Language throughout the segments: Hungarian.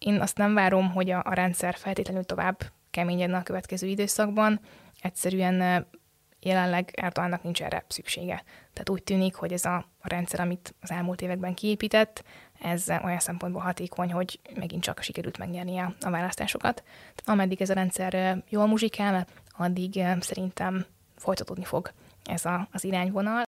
Én azt nem várom, hogy a rendszer feltétlenül tovább keményedne a következő időszakban. Egyszerűen jelenleg Erdoğannak nincs erre szüksége. Tehát úgy tűnik, hogy ez a rendszer, amit az elmúlt években kiépített, ez olyan szempontból hatékony, hogy megint csak sikerült megnyernie a választásokat. Ameddig ez a rendszer jól muzsikál, addig szerintem folytatódni fog ez az irányvonal.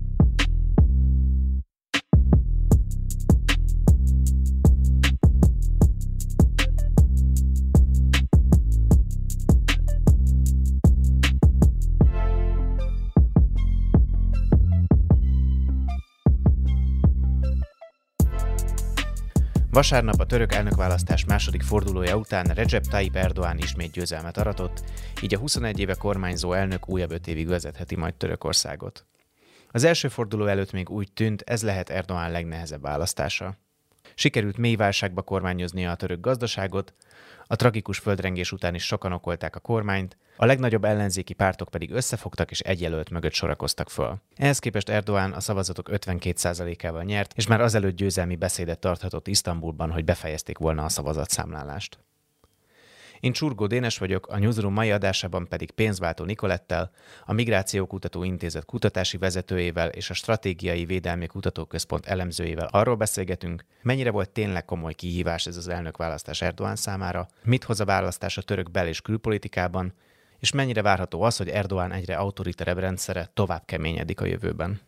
Vasárnap a török elnökválasztás második fordulója után Recep Tayyip Erdoğan ismét győzelmet aratott, így a 21 éve kormányzó elnök újabb 5 évig vezetheti majd Törökországot. Az első forduló előtt még úgy tűnt, ez lehet Erdoğan legnehezebb választása. Sikerült mély válságba kormányoznia a török gazdaságot, a tragikus földrengés után is sokan okolták a kormányt, a legnagyobb ellenzéki pártok pedig összefogtak és egy jelölt mögött sorakoztak föl. Ehhez képest Erdoğan a szavazatok 52%-ával nyert, és már azelőtt győzelmi beszédet tarthatott Isztambulban, hogy befejezték volna a szavazatszámlálást. Én Csurgó Dénes vagyok, a Newsroom mai adásában pedig Pénzváltó Nikolettel, a Migrációkutató Intézet kutatási vezetőjével és a Stratégiai Védelmi Kutatóközpont elemzőjével arról beszélgetünk, mennyire volt tényleg komoly kihívás ez az elnökválasztás Erdoğan számára, mit hoz a választás a török bel- és külpolitikában, és mennyire várható az, hogy Erdoğan egyre autoriterebb rendszere tovább keményedik a jövőben.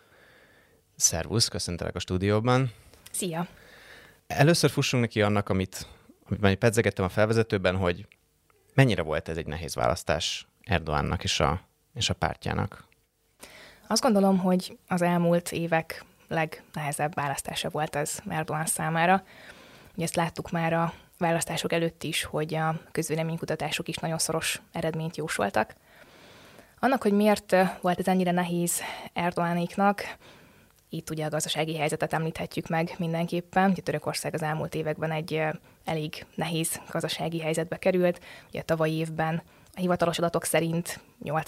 Szervusz, köszöntelek a stúdióban. Szia! Először fussunk neki annak, amit már pedzegettem a felvezetőben, hogy mennyire volt ez egy nehéz választás Erdoğannak és a pártjának. Azt gondolom, hogy az elmúlt évek legnehezebb választása volt ez Erdoğan számára. Ugye ezt láttuk már a választások előtt is, hogy a közvéleménykutatások is nagyon szoros eredményt jósoltak. Annak, hogy miért volt ez ennyire nehéz Erdoğanéknak, itt ugye a gazdasági helyzetet említhetjük meg mindenképpen. Ugye Törökország az elmúlt években egy elég nehéz gazdasági helyzetbe került. Ugye a tavalyi évben a hivatalos adatok szerint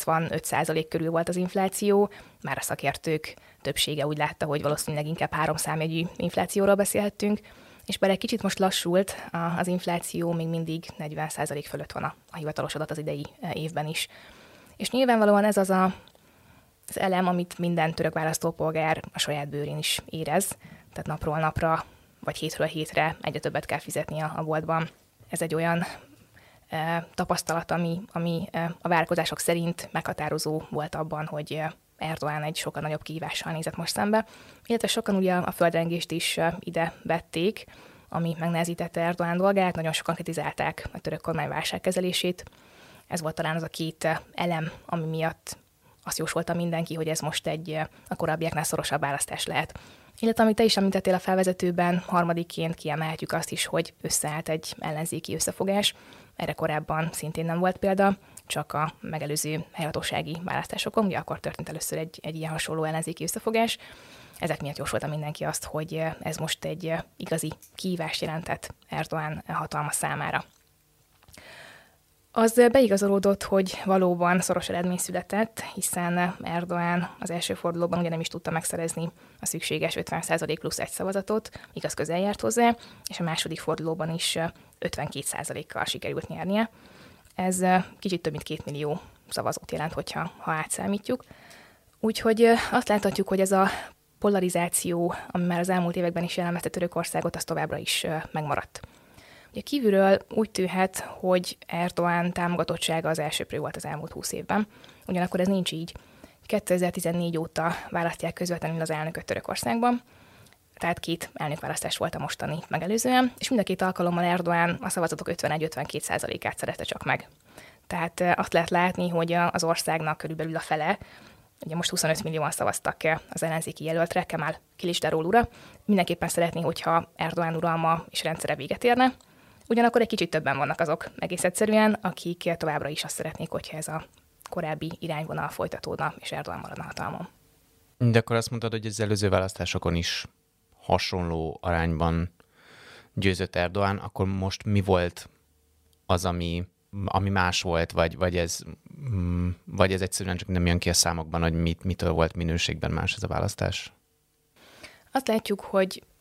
85% körül volt az infláció, már a szakértők többsége úgy látta, hogy valószínűleg inkább 3 számjegyű inflációról beszélhettünk, és bár egy kicsit most lassult, az infláció még mindig 40% fölött van a hivatalos adat az idei évben is. És nyilvánvalóan ez az elem, amit minden török választópolgár a saját bőrén is érez, tehát napról napra, vagy hétről hétre egyre többet kell fizetni a boltban. Ez egy olyan tapasztalat, ami a várakozások szerint meghatározó volt abban, hogy Erdoğan egy sokkal nagyobb kihívással nézett most szembe, illetve sokan ugye a földrengést is ide vették, ami megnehezítette Erdoğan dolgát, nagyon sokan kritizálták a török kormány válságkezelését. Ez volt talán az a 2 elem, ami miatt azt jósolta mindenki, hogy ez most a korábbiaknál szorosabb választás lehet. Illetve, amit te is említettél a felvezetőben, harmadikként kiemelhetjük azt is, hogy összeállt egy ellenzéki összefogás. Erre korábban szintén nem volt példa, csak a megelőző helyhatósági választásokon, ugye akkor történt először egy ilyen hasonló ellenzéki összefogás. Ezek miatt jósolta mindenki azt, hogy ez most egy igazi kihívást jelentett Erdoğan hatalma számára. Az beigazolódott, hogy valóban szoros eredmény született, hiszen Erdoğan az első fordulóban ugye nem is tudta megszerezni a szükséges 50% plusz 1 szavazatot, igaz közel járt hozzá, és a második fordulóban is 52%-kal sikerült nyernie. Ez kicsit több mint 2 millió szavazót jelent, ha átszámítjuk. Úgyhogy azt láthatjuk, hogy ez a polarizáció, ami már az elmúlt években is jellemezte Törökországot, az továbbra is megmaradt. Ugye kívülről úgy tűnhet, hogy Erdoğan támogatottsága az elsőprő volt az elmúlt 20 évben, ugyanakkor ez nincs így. 2014 óta választják közvetlenül az elnököt Törökországban, tehát 2 elnökválasztás volt a mostani megelőzően, és mind a 2 alkalommal Erdoğan a szavazatok 51-52%-át szerezte csak meg. Tehát azt lehet látni, hogy az országnak körülbelül a fele, ugye most 25 millióan szavaztak az ellenzéki jelöltre, Kemal Kılıçdaroğlu'ra, mindenképpen szeretné, hogyha Erdoğan uralma és rendszere véget érne. Ugyanakkor egy kicsit többen vannak azok egész egyszerűen, akik továbbra is azt szeretnék, hogyha ez a korábbi irányvonal folytatódna, és Erdoğan maradna hatalmon. De akkor azt mondtad, hogy az előző választásokon is hasonló arányban győzött Erdoğan, akkor most mi volt az, ami más volt, vagy ez egyszerűen csak nem jön ki a számokban, hogy mitől volt minőségben más ez a választás? Azt látjuk, hogy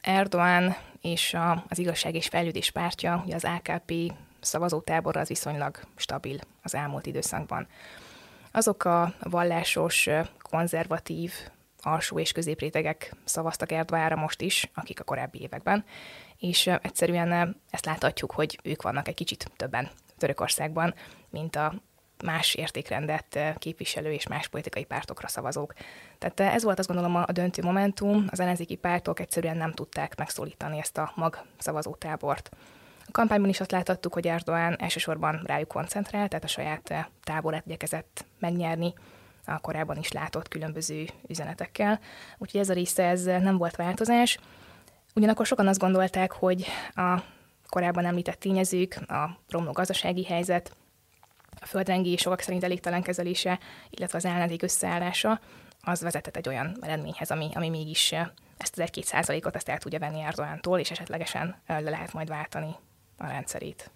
Erdoğan és az Igazság és Fejlődés pártja, ugye az AKP szavazótábora az viszonylag stabil az elmúlt időszakban. Azok a vallásos, konzervatív, alsó és középrétegek szavaztak Erdoğanra most is, akik a korábbi években, és egyszerűen ezt láthatjuk, hogy ők vannak egy kicsit többen Törökországban, mint a más értékrendet képviselő és más politikai pártokra szavazók. Tehát ez volt, azt gondolom, a döntő momentum. Az ellenzéki pártok egyszerűen nem tudták megszólítani ezt a magszavazótábort. A kampányban is azt láthattuk, hogy Erdoğan elsősorban rájuk koncentrál, tehát a saját táborát igyekezett megnyerni a korábban is látott különböző üzenetekkel. Úgyhogy ez a része ez nem volt változás. Ugyanakkor sokan azt gondolták, hogy a korábban említett tényezők, a romló gazdasági helyzet, a földrengés sokak szerint elégtelen kezelése, illetve az ellenzék összeállása, az vezetett egy olyan eredményhez, ami mégis ezt az 1-2%-ot ezt el tudja venni Erdoğantól, és esetlegesen le lehet majd váltani a rendszerét.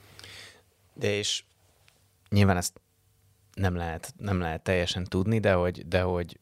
De és nyilván ezt nem lehet teljesen tudni, de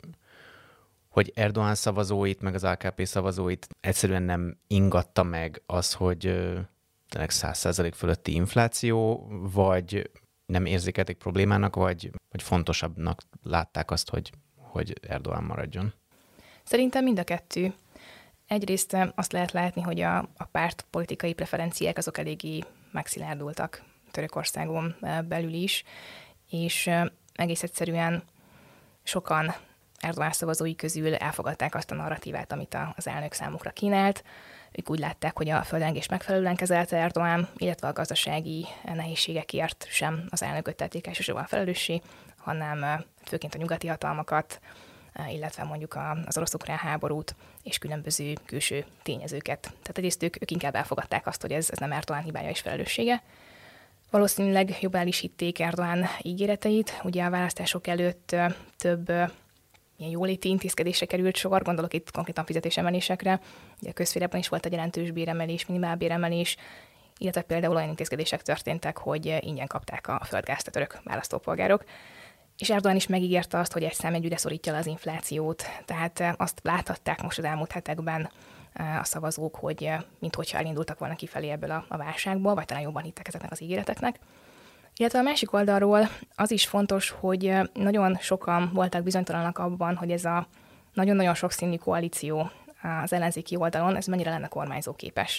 hogy Erdoğan szavazóit, meg az AKP szavazóit egyszerűen nem ingatta meg az, hogy tényleg 100% fölötti infláció, vagy nem érzékelték problémának, vagy fontosabbnak látták azt, hogy Erdoğan maradjon? Szerintem mind a kettő. Egyrészt azt lehet látni, hogy a párt politikai preferenciák azok eléggé megszilárdultak Törökországon belül is, és egész egyszerűen sokan Erdoğan szavazói közül elfogadták azt a narratívát, amit az elnök számukra kínált. Ők úgy látták, hogy a földrengés megfelelően kezelte Erdoğan, illetve a gazdasági nehézségekért sem az elnököt tették elsősorban felelőssé, hanem főként a nyugati hatalmakat, illetve mondjuk az orosz-ukrán háborút és különböző külső tényezőket. Tehát egyrészt ők inkább elfogadták azt, hogy ez nem Erdoğan hibája és felelőssége. Valószínűleg jobban el is hitték Erdoğan ígéreteit. Ugye a választások előtt több ilyen jóléti intézkedésre került sor, gondolok itt konkrétan fizetésemelésekre. Ugye a közférában is volt egy jelentős béremelés, minimálbéremelés, illetve például olyan intézkedések történtek, hogy ingyen kapták a földgázt a török választópolgárok. És Erdoğan is megígérte azt, hogy egy számjegyűre szorítja le az inflációt. Tehát azt láthatták most az elmúlt hetekben a szavazók, hogy minthogyha elindultak volna kifelé ebből a válságból, vagy talán jobban hittek ezeknek az ígéreteknek. Illetve a másik oldalról az is fontos, hogy nagyon sokan voltak bizonytalanak abban, hogy ez a nagyon-nagyon sokszínű koalíció az ellenzéki oldalon, ez mennyire lenne kormányzóképes.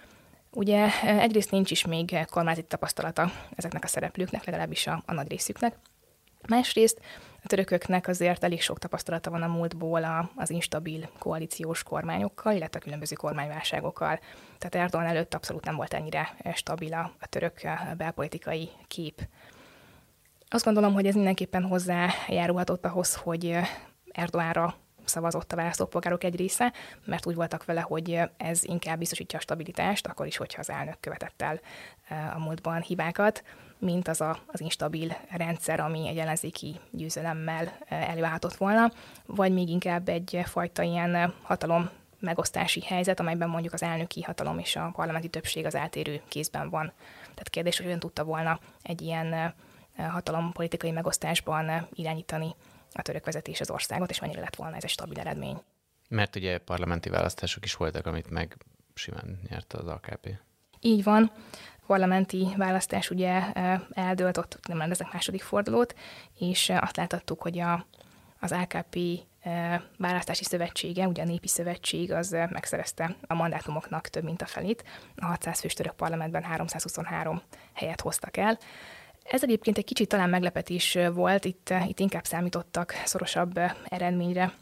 Ugye egyrészt nincs is még kormányzati tapasztalata ezeknek a szereplőknek, legalábbis a nagy részüknek. Másrészt a törököknek azért elég sok tapasztalata van a múltból az instabil koalíciós kormányokkal, illetve a különböző kormányválságokkal. Tehát Erdoğan előtt abszolút nem volt ennyire stabil a török belpolitikai kép. Azt gondolom, hogy ez mindenképpen hozzájárulhatott ahhoz, hogy Erdoğanra szavazott a választópolgárok egy része, mert úgy voltak vele, hogy ez inkább biztosítja a stabilitást, akkor is, hogyha az elnök követett el a múltban hibákat, mint az instabil rendszer, ami egy ellenzéki győzelemmel előállhatott volna, vagy még inkább egyfajta ilyen hatalom megosztási helyzet, amelyben mondjuk az elnöki hatalom és a parlamenti többség az eltérő kézben van. Tehát kérdés, hogy hogyan tudta volna egy ilyen hatalompolitikai megosztásban irányítani a török vezetés az országot, és mennyire lett volna ez egy stabil eredmény. Mert ugye parlamenti választások is voltak, amit meg simán nyerte az AKP. Így van. A parlamenti választás ugye eldőlt, ott nem rendeznek második fordulót, és azt láthattuk, hogy az AKP választási szövetsége, ugye a Népi Szövetség, az megszerezte a mandátumoknak több mint a felét. A 600 fős török parlamentben 323 helyet hoztak el. Ez egyébként egy kicsit talán meglepetés volt, itt inkább számítottak szorosabb eredményre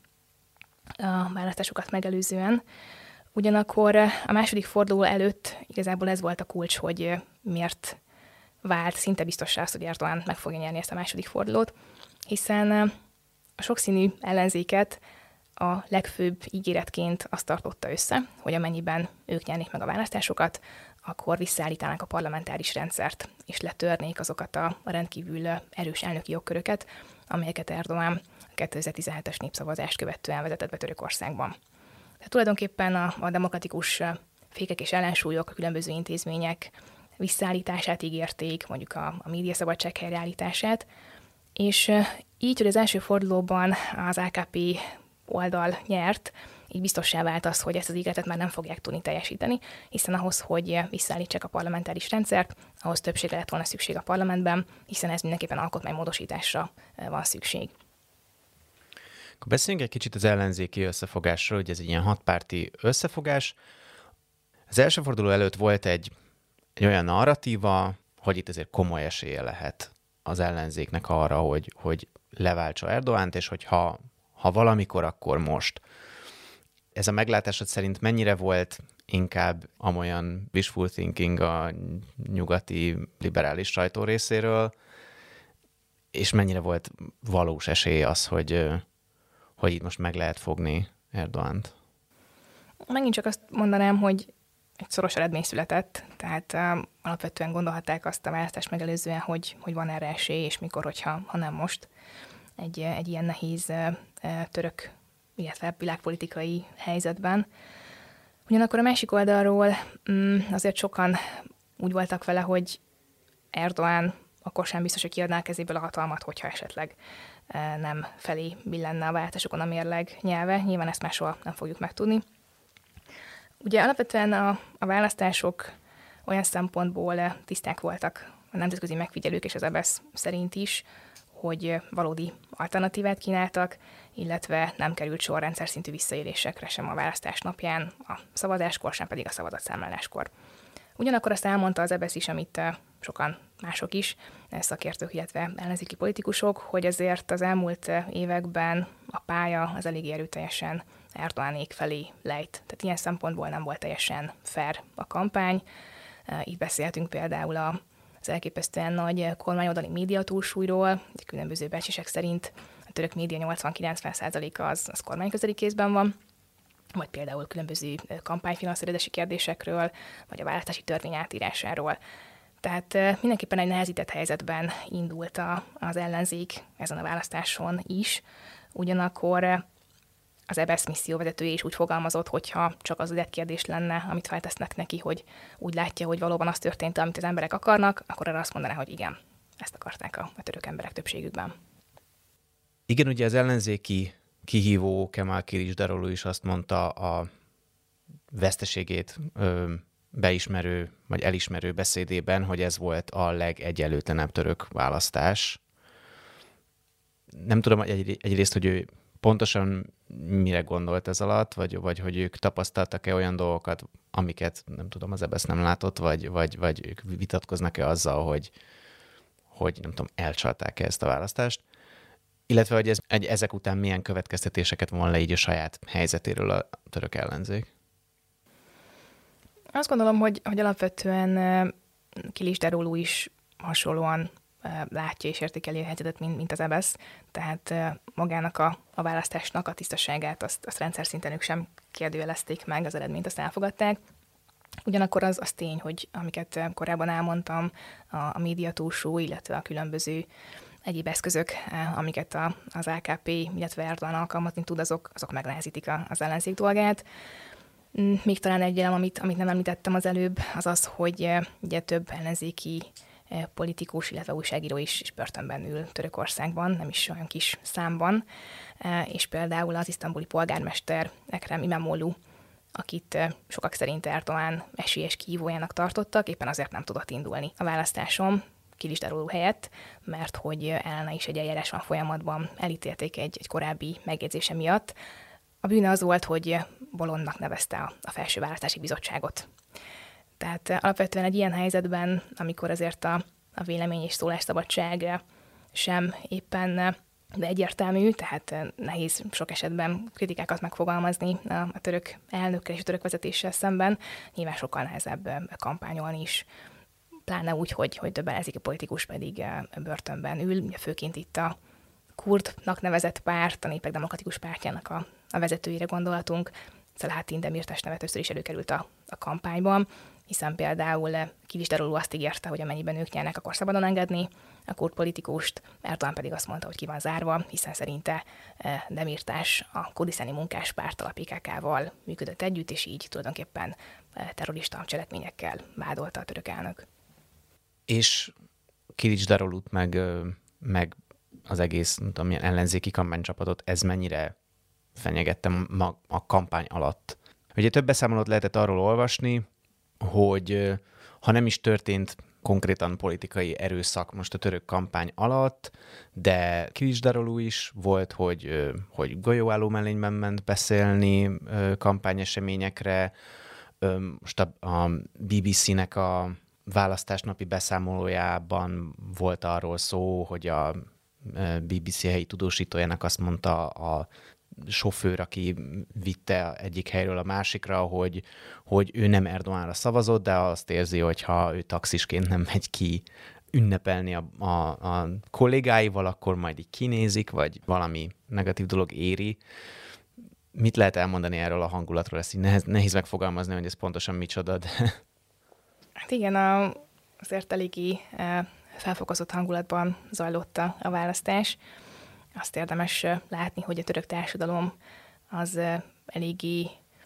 a választásokat megelőzően. Ugyanakkor a második forduló előtt igazából ez volt a kulcs, hogy miért vált szinte biztossá azt, hogy Erdoğan meg fogja nyerni ezt a második fordulót, hiszen a sokszínű ellenzéket a legfőbb ígéretként azt tartotta össze, hogy amennyiben ők nyernék meg a választásokat, akkor visszaállítanák a parlamentáris rendszert, és letörnék azokat a rendkívül erős elnöki jogköröket, amelyeket Erdoğan a 2017-es népszavazást követően vezetett be Törökországban. Tehát tulajdonképpen a demokratikus fékek és ellensúlyok, a különböző intézmények visszaállítását ígérték, mondjuk a médiaszabadság helyreállítását, és így, hogy az első fordulóban az AKP oldal nyert, így biztossá vált az, hogy ezt az ígéretet már nem fogják tudni teljesíteni, hiszen ahhoz, hogy visszaállítsák a parlamentáris rendszert, ahhoz többségre lett volna szükség a parlamentben, hiszen ez mindenképpen alkotmánymódosításra van szükség. Akkor beszéljünk egy kicsit az ellenzéki összefogásról, hogy ez egy ilyen hatpárti összefogás. Az első forduló előtt volt egy olyan narratíva, hogy itt azért komoly esélye lehet az ellenzéknek arra, hogy leváltsa Erdoğant, és hogy ha valamikor, akkor most. Ez a meglátásod szerint mennyire volt inkább amolyan wishful thinking a nyugati liberális sajtó részéről, és mennyire volt valós esély az, hogy itt most meg lehet fogni Erdoğant? Megint csak azt mondanám, hogy egy szoros eredmény született, tehát alapvetően gondolhatták azt a választást megelőzően, hogy van erre esély, és mikor, hogyha nem most. Egy ilyen nehéz török, illetve világpolitikai helyzetben. Ugyanakkor a másik oldalról azért sokan úgy voltak vele, hogy Erdoğan akkor sem biztos, hogy kiadná a kezéből a hatalmat, hogyha esetleg nem felé billenne a váltásokon a mérleg nyelve. Nyilván ezt máshol nem fogjuk megtudni. Ugye alapvetően a választások olyan szempontból tiszták voltak a nemzetközi megfigyelők és az EBESZ szerint is, hogy valódi alternatívát kínáltak, illetve nem került sor rendszer szintű visszaélésekre sem a választás napján, a szavazáskor, sem pedig a szavazatszámláláskor. Ugyanakkor azt elmondta az EBESZ is, amit sokan mások is, szakértők, illetve ellenzéki politikusok, hogy azért az elmúlt években a pálya az elég erőteljesen Erdoğanék felé lejt. Tehát ilyen szempontból nem volt teljesen fair a kampány. Itt beszéltünk például az elképesztően nagy kormányoldali média túlsúlyról, különböző becslések szerint a török média 80-90%-a az kormányközeli kézben van, vagy például különböző kampányfinanszírozási kérdésekről, vagy a választási törvény átírásáról. Tehát mindenképpen egy nehezített helyzetben indult az ellenzék ezen a választáson is, ugyanakkor az EBESZ misszióvezetője is úgy fogalmazott, hogyha csak az kérdés lenne, amit feltesznek neki, hogy úgy látja, hogy valóban az történt, amit az emberek akarnak, akkor arra azt mondaná, hogy igen, ezt akarták a török emberek többségükben. Igen, ugye az ellenzéki kihívó Kemal Kılıçdaroğlu is azt mondta a veszteségét beismerő vagy elismerő beszédében, hogy ez volt a legegyenlőtlenebb török választás. Nem tudom egyrészt, hogy ő pontosan mire gondolt ez alatt, vagy hogy ők tapasztaltak-e olyan dolgokat, amiket nem tudom, az EBESZ nem látott, vagy ők vitatkoznak-e azzal, hogy nem tudom, elcsalták-e ezt a választást, illetve hogy ezek után milyen következtetéseket von le így a saját helyzetéről a török ellenzék. Azt gondolom, hogy alapvetően Kılıçdaroğlu is hasonlóan látja és értékeli a helyzetet, mint az EBESZ, tehát magának a választásnak a tisztaságát azt rendszer szinten ők sem kérdőjelezték meg, az eredményt azt elfogadták. Ugyanakkor az tény, hogy amiket korábban elmondtam, a média túlsúly, illetve a különböző egyéb eszközök, amiket az AKP, illetve Erdoğan alkalmazni tud, azok megnehezítik az ellenzék dolgát. Még talán egy elem, amit nem említettem az előbb, az, hogy ugye több ellenzéki politikus, illetve újságíró is börtönben ül Törökországban, nem is olyan kis számban, és például az isztambuli polgármester Ekrem İmamoğlu, akit sokak szerint Erdoğan esélyes kihívójának tartottak, éppen azért nem tudott indulni a választáson Kılıçdaroğlu helyett, mert hogy ellene is egy eljárás van folyamatban, elítélték egy korábbi megjegyzése miatt. A bűne az volt, hogy bolondnak nevezte a Felső Választási Bizottságot. Tehát alapvetően egy ilyen helyzetben, amikor azért a vélemény és szólásszabadság sem éppen de egyértelmű, tehát nehéz sok esetben kritikákat megfogalmazni a török elnökkel és a török vezetéssel szemben, nyilván sokkal nehezebb kampányolni is, pláne úgy, hogy több ellenzéki politikus pedig börtönben ül, főként itt a kurdnak nevezett párt, a Népek Demokratikus Pártjának a vezetőjére gondolatunk. Szelahattin Demirtas neve többször is előkerült a kampányban, hiszen például Kılıçdaroğlu azt ígérte, hogy amennyiben ők nyernek, akkor szabadon engedni a kurd politikust, Erdoğan pedig azt mondta, hogy ki van zárva, hiszen szerinte Demirtas a kurdisztáni munkáspárttal, a PKK-val működött együtt, és így tulajdonképpen terrorista cselekményekkel vádolta a török elnök. És Kılıçdaroğlut meg az egész, nem tudom, milyen ellenzéki kampánycsapatot, ez mennyire fenyegette a kampány alatt. Ugye több beszámolót lehetett arról olvasni, hogy ha nem is történt konkrétan politikai erőszak most a török kampány alatt, de Kilicdaroglu is volt, hogy golyóálló mellényben ment beszélni kampányeseményekre. Most a BBC-nek a választásnapi beszámolójában volt arról szó, hogy a BBC helyi tudósítójának azt mondta a sofőr, aki vitte egyik helyről a másikra, hogy ő nem Erdoğanra szavazott, de azt érzi, hogy ha ő taxisként nem megy ki ünnepelni a kollégáival, akkor majd így kinézik, vagy valami negatív dolog éri. Mit lehet elmondani erről a hangulatról? Ezt így nehéz megfogalmazni, hogy ez pontosan micsoda, de... Hát igen, azért eléggé felfokozott hangulatban zajlott a választás. Azt érdemes látni, hogy a török társadalom az eléggé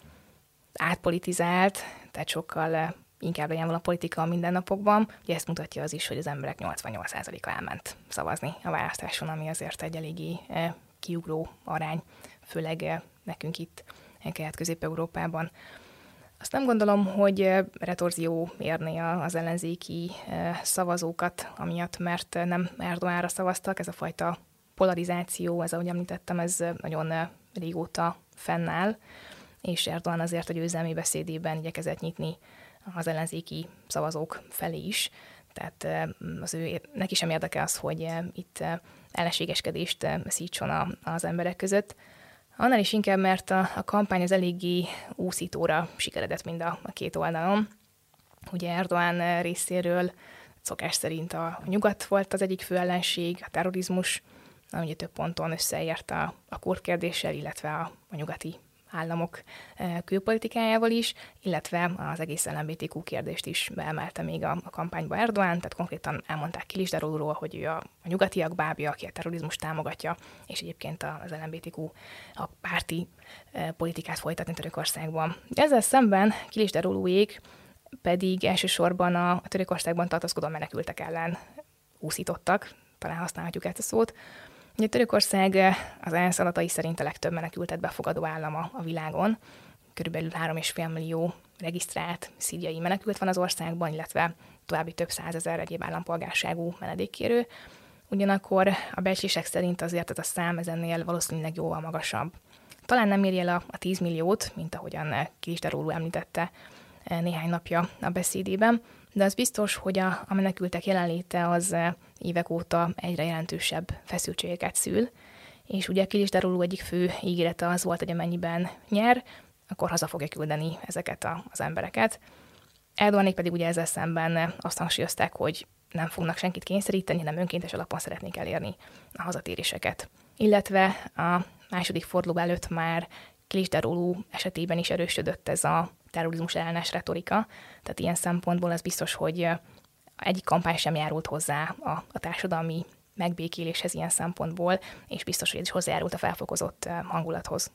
átpolitizált, tehát sokkal inkább legyen a politika a mindennapokban. Ugye ezt mutatja az is, hogy az emberek 88%-a elment szavazni a választáson, ami azért egy eléggé kiugró arány, főleg nekünk itt Kelet-Közép-Európában. Azt nem gondolom, hogy retorzió érné az ellenzéki szavazókat, amiatt, mert nem Erdoğanra szavaztak. Ez a fajta polarizáció, ez, ahogy említettem, ez nagyon régóta fennáll, és Erdoğan azért a győzelmi beszédében igyekezett nyitni az ellenzéki szavazók felé is. Tehát neki sem érdeke az, hogy itt ellenségeskedést szítson az emberek között. Annál is inkább, mert a kampány az eléggé úszítóra sikeredett mind a két oldalon. Ugye Erdoğan részéről szokás szerint a nyugat volt az egyik fő ellenség, a terrorizmus, ugye több ponton összeért a kurd kérdéssel, illetve a nyugati államok külpolitikájával is, illetve az egész LMBTQ kérdést is beemelte még a kampányba Erdoğan, tehát konkrétan elmondták Kilicdarogluról, hogy ő a nyugatiak bábja, aki a terrorizmust támogatja, és egyébként az LMBTQ a párti politikát folytatni Törökországban. Ezzel szemben Kilicdarogluék pedig elsősorban a Törökországban tartózkodó menekültek ellen úszítottak, talán használhatjuk ezt a szót. Ugye Törökország az ENSZ adatai szerint a legtöbb menekültet befogadó állama a világon. Körülbelül 3,5 millió regisztrált szíriai menekült van az országban, illetve további több százezer egyéb állampolgárságú menedékkérő. Ugyanakkor a becslések szerint azért ez a szám ennél valószínűleg jóval magasabb. Talán nem éri el a 10 milliót, mint ahogyan Kilicdaroglu említette néhány napja a beszédében, de az biztos, hogy a menekültek jelenléte az évek óta egyre jelentősebb feszültségeket szül, és ugye Kilicdaroglu egyik fő ígérete az volt, hogy amennyiben nyer, akkor haza fogja küldeni ezeket az embereket. Erdoğanék pedig ugye ezzel szemben azt hangsúlyozták, hogy nem fognak senkit kényszeríteni, hanem önkéntes alapon szeretnék elérni a hazatéréseket. Illetve a második forduló előtt már Kilicdaroglu esetében is erősödött ez a terrorizmus ellenes retorika, tehát ilyen szempontból az biztos, hogy egyik kampány sem járult hozzá a társadalmi megbékéléshez ilyen szempontból, és biztos, hogy ez is hozzájárult a felfokozott hangulathoz.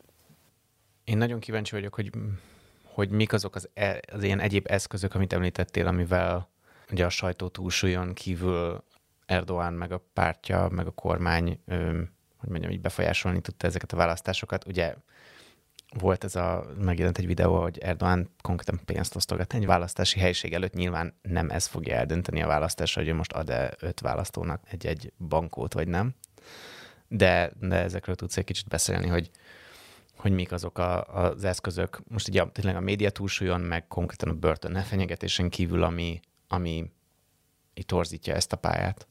Én nagyon kíváncsi vagyok, hogy mik azok az ilyen egyéb eszközök, amit említettél, amivel ugye a sajtó túlsúlyon kívül Erdoğan, meg a pártja, meg a kormány, hogy mondjam, így befolyásolni tudta ezeket a választásokat. Ugye volt megjelent egy videó, hogy Erdoğan konkrétan pénzt osztogat egy választási helység előtt. Nyilván nem ez fogja eldönteni a választásra, hogy ő most ad-e 5 választónak egy bankót, vagy nem. De ezekről tudsz egy kicsit beszélni, hogy mik azok az eszközök, most ugye tényleg a média túlsúlyon, meg konkrétan a börtön fenyegetésen kívül, ami így torzítja ezt a pályát.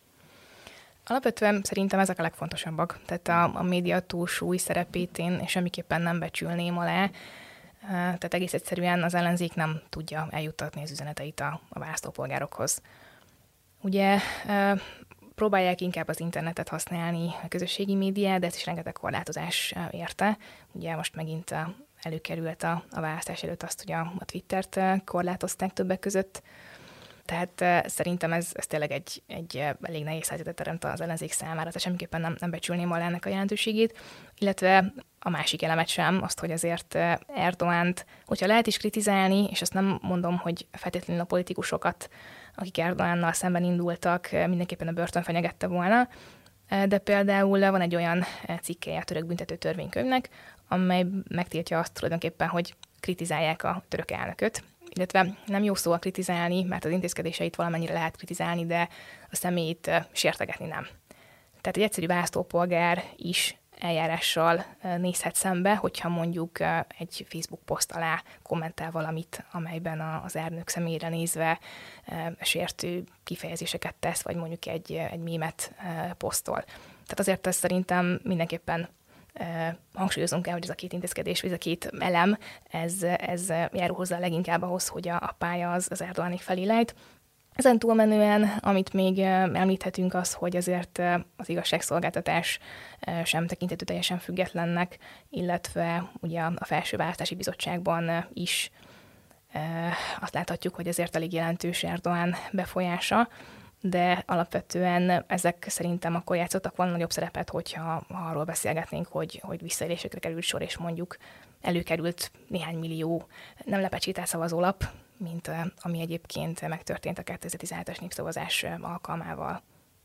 Alapvetően szerintem ezek a legfontosabbak. Tehát a média túlsúly szerepét én semmiképpen nem becsülném alá. Tehát egész egyszerűen az ellenzék nem tudja eljuttatni az üzeneteit a választópolgárokhoz. Ugye próbálják inkább az internetet használni, a közösségi médiát, de ez is rengeteg korlátozás érte. Ugye most megint előkerült a választás előtt azt, hogy a Twittert korlátozták többek között. Tehát szerintem ez tényleg egy elég nehéz helyzetet teremt az ellenzék számára, tehát semmiképpen nem becsülném alá ennek a jelentőségét, illetve a másik elemet sem, azt, hogy azért Erdoğant, hogyha lehet is kritizálni, és azt nem mondom, hogy feltétlenül a politikusokat, akik Erdoğannal szemben indultak, mindenképpen a börtön fenyegette volna, de például van egy olyan cikkelje a török büntető törvénykönyvnek, amely megtiltja azt tulajdonképpen, hogy kritizálják a török elnököt, illetve nem jó szó a kritizálni, mert az intézkedéseit valamennyire lehet kritizálni, de a személyét sértegetni nem. Tehát egy egyszerű választópolgár is eljárással nézhet szembe, hogyha mondjuk egy Facebook poszt alá kommentál valamit, amelyben az elnök személyére nézve sértő kifejezéseket tesz, vagy mondjuk egy mémet posztol. Tehát azért ezt szerintem mindenképpen hangsúlyozunk el, hogy ez a két intézkedés, vagy ez a két elem, ez járul hozzá leginkább ahhoz, hogy a pálya az Erdoğanig felé lejt. Ezen túlmenően, amit még említhetünk, az, hogy azért az igazságszolgáltatás sem tekinthető teljesen függetlennek, illetve ugye a Felső Választási Bizottságban is azt láthatjuk, hogy azért elég jelentős Erdoğan befolyása, de alapvetően ezek szerintem akkor játszottak volna nagyobb szerepet, hogyha arról beszélgetnénk, hogy visszaélésekre került sor, és mondjuk előkerült néhány millió nem lepecsételt szavazólap, mint ami egyébként megtörtént a 2017-es népszavazás alkalmával.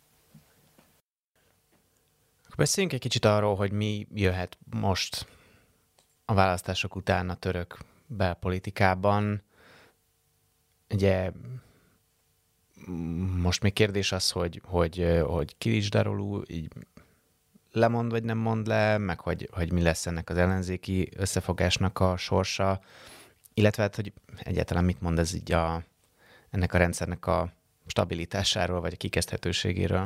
Beszéljünk egy kicsit arról, hogy mi jöhet most a választások után a török belpolitikában. Ugye most még kérdés az, hogy Kılıçdaroğlu így lemond vagy nem mond le, meg hogy mi lesz ennek az ellenzéki összefogásnak a sorsa, illetve hát, hogy egyáltalán mit mond ez így ennek a rendszernek a stabilitásáról, vagy a kikezdhetőségéről.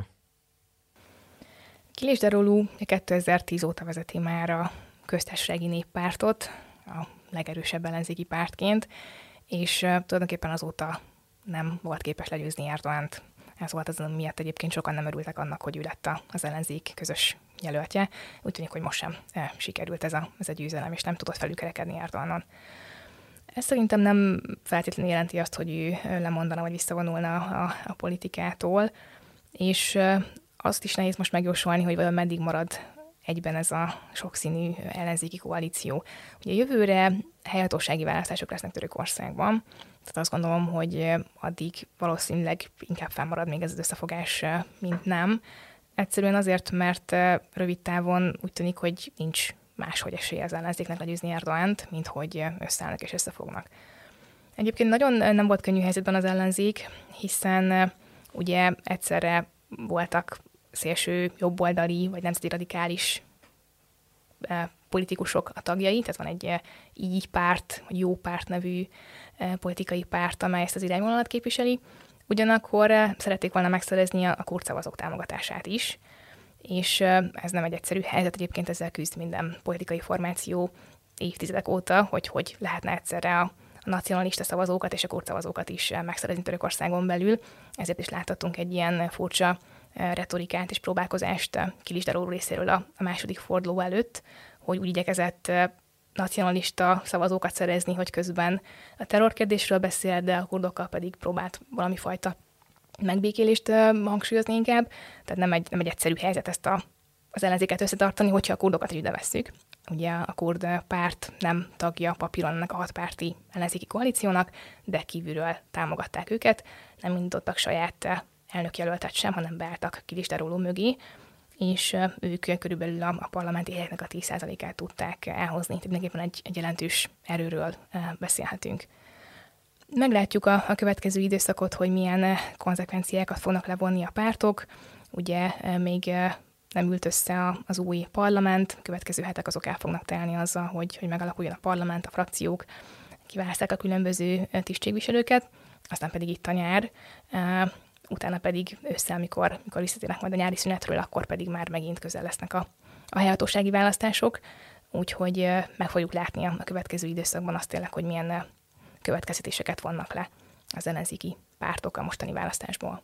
Kılıçdaroğlu 2010 óta vezeti már a Köztársasági Néppártot, a legerősebb ellenzéki pártként, és tulajdonképpen azóta nem volt képes legyőzni Erdoğant. Ez volt az, miatt egyébként sokan nem örültek annak, hogy ő lett az ellenzék közös jelöltje. Úgy tűnik, hogy most sem sikerült ez a győzelem, és nem tudott felülkerekedni Erdoğanon. Ez szerintem nem feltétlenül jelenti azt, hogy ő lemondana, vagy visszavonulna a politikától, és azt is nehéz most megjósolni, hogy vajon meddig marad egyben ez a sokszínű ellenzéki koalíció. Ugye jövőre helyhatósági választások lesznek Törökországban, tehát azt gondolom, hogy addig valószínűleg inkább fennmarad még ez az összefogás, mint nem. Egyszerűen azért, mert rövid távon úgy tűnik, hogy nincs máshogy esélye az ellenzéknek legyőzni Erdoğant, mint hogy összeállnak és összefognak. Egyébként nagyon nem volt könnyű helyzetben az ellenzék, hiszen ugye egyszerre voltak szélső jobboldali vagy nemzeti radikális politikusok a tagjai, tehát van egy így párt, vagy jó párt nevű politikai párt, amely ezt az irányvonalat képviseli. Ugyanakkor szerették volna megszerezni a kurd szavazók támogatását is, és ez nem egy egyszerű helyzet, egyébként ezzel küzd minden politikai formáció évtizedek óta, hogy lehetne egyszerre a nacionalista szavazókat és a kurd szavazókat is megszerezni Törökországon belül. Ezért is láthattunk egy ilyen furcsa retorikát és próbálkozást Kılıçdaroğlu részéről a második forduló előtt, hogy úgy igyekezett nacionalista szavazókat szerezni, hogy közben a terrorkérdésről beszél, de a kurdokkal pedig próbált valami fajta megbékélést hangsúlyozni inkább. Tehát nem egy egyszerű helyzet ezt az ellenzéket összetartani, hogyha a kurdokat is ide vesszük. Ugye a kurd párt nem tagja papíron ennek a 6 párti ellenzéki koalíciónak, de kívülről támogatták őket, nem indítottak saját elnökjelöltet sem, hanem beálltak Kılıçdaroğlu mögé, és ők körülbelül a parlamenti helyeknek a 10%-át tudták elhozni. Tehát mindenképpen egy jelentős erőről beszélhetünk. Meglátjuk a következő időszakot, hogy milyen konzekvenciákat fognak levonni a pártok. Ugye még nem ült össze az új parlament, a következő hetek azok el fognak telni azzal, hogy megalakuljon a parlament, a frakciók, kiválaszták a különböző tisztségviselőket, aztán pedig itt a nyár, utána pedig össze, amikor visszatérnek majd a nyári szünetről, akkor pedig már megint közel lesznek a helyhatósági választások, úgyhogy meg fogjuk látni a következő időszakban azt tényleg, hogy milyen következtetéseket vonnak le az ellenzéki pártok a mostani választásból.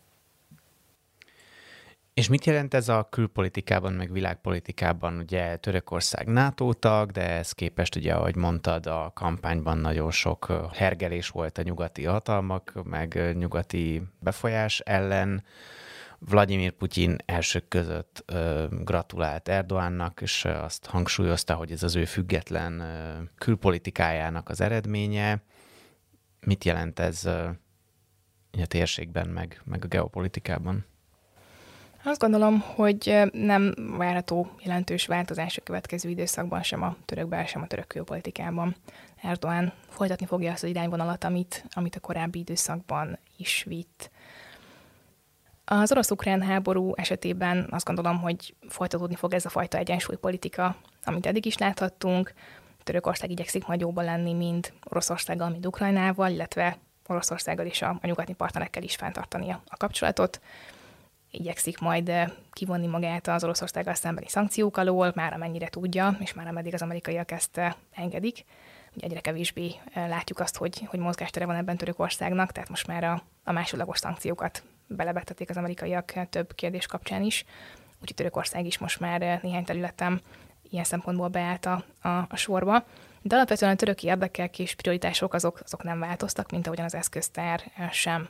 És mit jelent ez a külpolitikában, meg világpolitikában? Ugye Törökország NATO tag, de ez képest, ugye, ahogy mondtad, a kampányban nagyon sok hergelés volt a nyugati hatalmak, meg nyugati befolyás ellen. Vladimir Putyin elsők között gratulált Erdoğannak, és azt hangsúlyozta, hogy ez az ő független külpolitikájának az eredménye. Mit jelent ez a térségben, meg a geopolitikában? Azt gondolom, hogy nem várható jelentős változás a következő időszakban, sem a törökben, sem a török külpolitikában. Erdoğan folytatni fogja azt az irányvonalat, amit a korábbi időszakban is vitt. Az orosz-ukrán háború esetében azt gondolom, hogy folytatódni fog ez a fajta egyensúlypolitika, amit eddig is láthattunk. Törökország igyekszik majd jóban lenni mind Oroszországgal, mind Ukrajnával, illetve Oroszországgal és a nyugati partnerekkel is fenntartani a kapcsolatot. Igyekszik majd kivonni magát az Oroszországgal szembeni szankciók alól, már amennyire tudja, és már ameddig az amerikaiak ezt engedik. Ugye egyre kevésbé látjuk azt, hogy mozgástere van ebben Törökországnak, tehát most már a másodlagos szankciókat belebegtették az amerikaiak több kérdés kapcsán is, úgyhogy Törökország is most már néhány területen ilyen szempontból beállt a sorba. De alapvetően a töröki érdekek és prioritások azok nem változtak, mint ahogyan az eszköztár sem.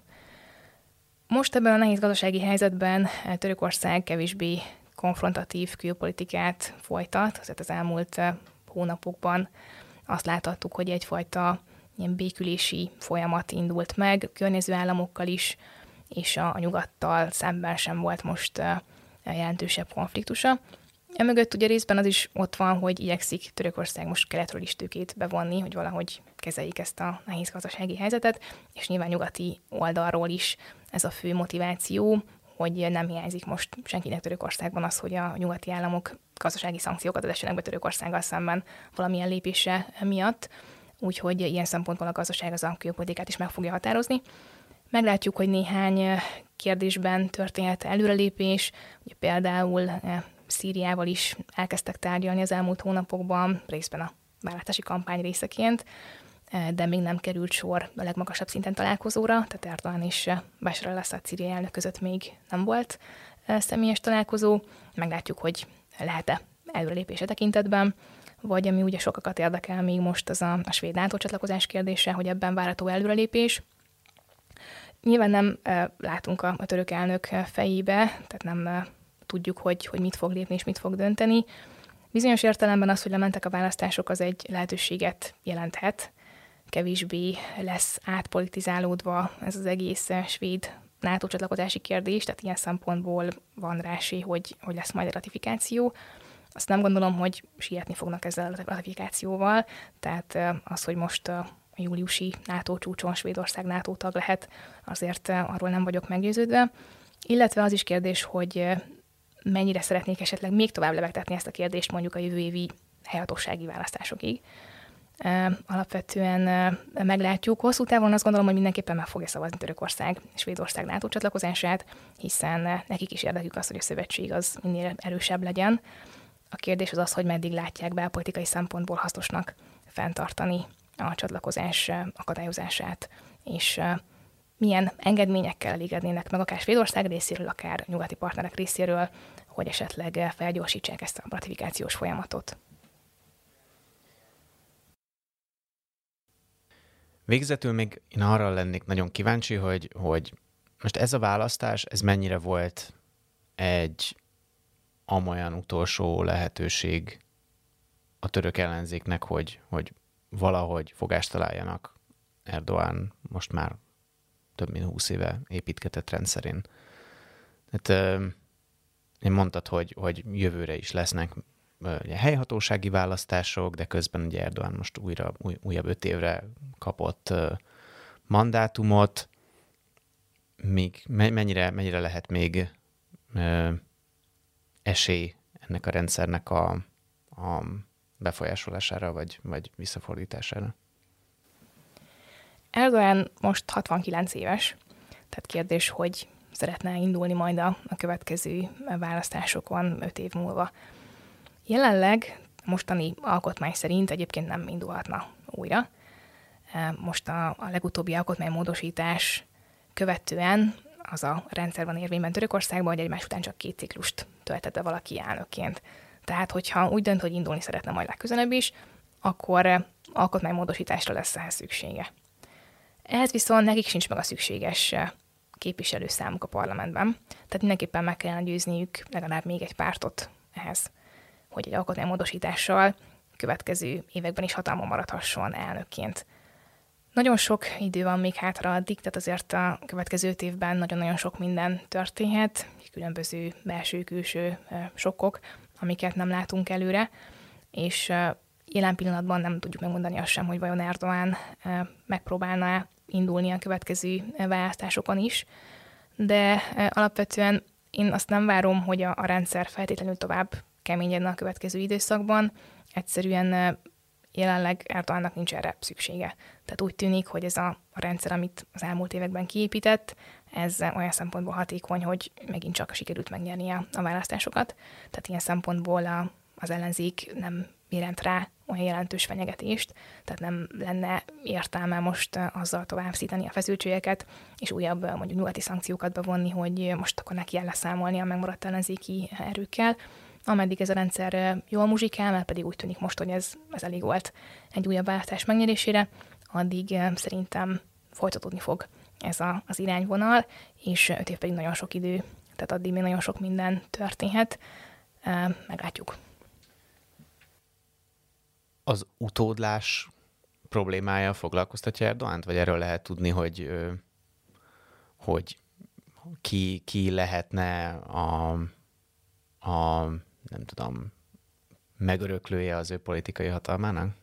Most ebben a nehéz gazdasági helyzetben Törökország kevésbé konfrontatív külpolitikát folytat, azért az elmúlt hónapokban azt láthattuk, hogy egyfajta ilyen békülési folyamat indult meg, környező államokkal is, és a nyugattal szemben sem volt most jelentősebb konfliktusa. Emögött ugye részben az is ott van, hogy igyekszik Törökország most keletről is tőkét bevonni, hogy valahogy kezeljék ezt a nehéz gazdasági helyzetet, és nyilván nyugati oldalról is ez a fő motiváció, hogy nem hiányzik most senkinek Törökországban az, hogy a nyugati államok gazdasági szankciókat adessenek be Törökországgal szemben valamilyen lépése miatt, úgyhogy ilyen szempontból a gazdaság az a külpolitikát is meg fogja határozni. Meglátjuk, hogy néhány kérdésben történhet előrelépés, ugye például Szíriával is elkezdtek tárgyalni az elmúlt hónapokban, részben a választási kampány részeként, de még nem került sor a legmagasabb szinten találkozóra, tehát Erdoğan és Bashar al-Assad szíriai elnök között még nem volt személyes találkozó. Meglátjuk, hogy lehet-e előrelépése tekintetben, vagy ami ugye sokakat érdekel még most, az a svéd NATO csatlakozás kérdése, hogy ebben várható előrelépés. Nyilván nem látunk a török elnök fejébe, tehát nem tudjuk, hogy mit fog lépni és mit fog dönteni. Bizonyos értelemben az, hogy lementek a választások, az egy lehetőséget jelenthet. Kevésbé lesz átpolitizálódva ez az egész svéd NATO csatlakozási kérdés, tehát ilyen szempontból van rá esély, hogy lesz majd a ratifikáció. Azt nem gondolom, hogy sietni fognak ezzel a ratifikációval, tehát az, hogy most a júliusi NATO csúcson Svédország NATO tag lehet, azért arról nem vagyok meggyőződve. Illetve az is kérdés, hogy mennyire szeretnék esetleg még tovább lebegtetni ezt a kérdést mondjuk a jövő évi helyhatósági választásokig. Alapvetően meglátjuk. Hosszú távon azt gondolom, hogy mindenképpen meg fogja szavazni Törökország és Svédország NATO csatlakozását, hiszen nekik is érdekük az, hogy a szövetség az minél erősebb legyen. A kérdés az az, hogy meddig látják belpolitikai szempontból hasznosnak fenntartani a csatlakozás akadályozását, és milyen engedményekkel elégednének meg akár Svédország részéről, akár nyugati partnerek részéről, hogy esetleg felgyorsítsák ezt a ratifikációs folyamatot. Végezetül még én arra lennék nagyon kíváncsi, hogy most ez a választás, ez mennyire volt egy amolyan utolsó lehetőség a török ellenzéknek, hogy valahogy fogást találjanak Erdoğan most már több mint 20 éve építgetett rendszerén. Tehát én mondtad, hogy jövőre is lesznek helyhatósági választások, de közben ugye Erdoğan most újabb 5 évre kapott mandátumot. Még mennyire lehet még esély ennek a rendszernek a befolyásolására, vagy visszafordítására? Erdoğan most 69 éves, tehát kérdés, hogy szeretne indulni majd a következő választásokon 5 év múlva. Jelenleg mostani alkotmány szerint egyébként nem indulhatna újra. Most a legutóbbi alkotmánymódosítás követően az a rendszer van érvényben Törökországban, hogy egymás után csak 2 ciklust tölthet be valaki elnökként. Tehát, hogyha úgy dönt, hogy indulni szeretne majd legközelebb is, akkor alkotmánymódosításra lesz ehhez szüksége. Ehhez viszont nekik sincs meg a szükséges képviselőszámuk a parlamentben, tehát mindenképpen meg kellene győzniük legalább még egy pártot ehhez, hogy egy alkotmánymódosítással következő években is hatalmon maradhasson elnökként. Nagyon sok idő van még hátra addig, tehát azért a következő 5 évben nagyon-nagyon sok minden történhet, különböző belső-külső sokkok, amiket nem látunk előre, és jelen pillanatban nem tudjuk megmondani azt sem, hogy vajon Erdoğan megpróbálna indulni a következő választásokon is, de alapvetően én azt nem várom, hogy a rendszer feltétlenül tovább keményedne a következő időszakban. Egyszerűen jelenleg Erdoğannak nincs erre szüksége. Tehát úgy tűnik, hogy ez a rendszer, amit az elmúlt években kiépített, ez olyan szempontból hatékony, hogy megint csak sikerült megnyernie a választásokat. Tehát ilyen szempontból az ellenzék nem jelent rá olyan jelentős fenyegetést, tehát nem lenne értelme most azzal tovább szítani a feszültségeket, és újabb mondjuk nyugati szankciókat bevonni, hogy most akkor neki kell leszámolni a megmaradt ellenzéki erőkkel. Ameddig ez a rendszer jól muzsikál, mert pedig úgy tűnik most, hogy ez elég volt egy újabb választás megnyerésére, addig szerintem folytatódni fog ez az irányvonal, és 5 év pedig nagyon sok idő, tehát addig még nagyon sok minden történhet. Meglátjuk. Az utódlás problémája foglalkoztatja Erdoğant, vagy erről lehet tudni, hogy ki lehetne a nem tudom, megöröklője az ő politikai hatalmának?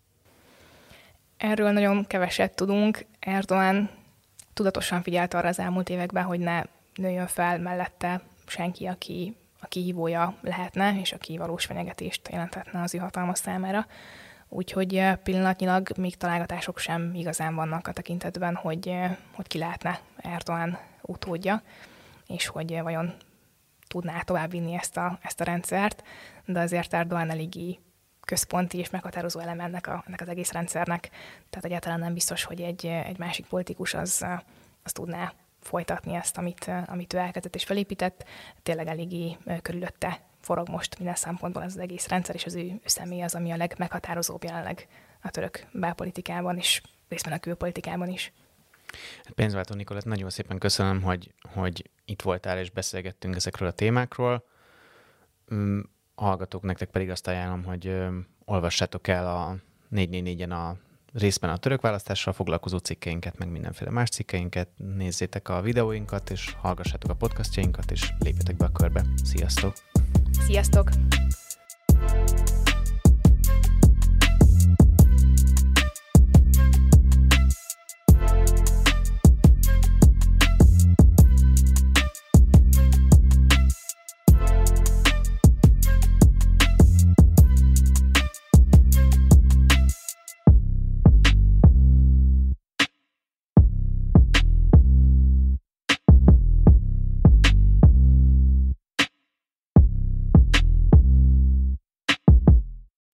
Erről nagyon keveset tudunk. Erdoğan tudatosan figyelt arra az elmúlt években, hogy ne nőjön fel mellette senki, aki a kihívója lehetne, és aki valós fenyegetést jelenthetne az ő hatalma számára. Úgyhogy pillanatnyilag még találgatások sem igazán vannak a tekintetben, hogy ki lehetne Erdoğan utódja, és hogy vajon tudná továbbvinni ezt a rendszert, de azért Erdoğan eléggé központi és meghatározó eleme ennek az egész rendszernek. Tehát egyáltalán nem biztos, hogy egy másik politikus az tudná folytatni ezt, amit ő elkezdett és felépített. Tényleg eléggé körülötte forog most minden szempontból az egész rendszer, és az ő személy az, ami a legmeghatározóbb jelenleg a török belpolitikában, és részben a külpolitikában is. Pénzváltó Nikolett, nagyon szépen köszönöm, hogy itt voltál és beszélgettünk ezekről a témákról. Hallgatók, nektek pedig azt ajánlom, hogy olvassátok el a 444-en a részben a török választással foglalkozó cikkeinket, meg mindenféle más cikkeinket, nézzétek a videóinkat, és hallgassátok a podcastjainkat, és lépjetek be a körbe. Sziasztok! Sziasztok!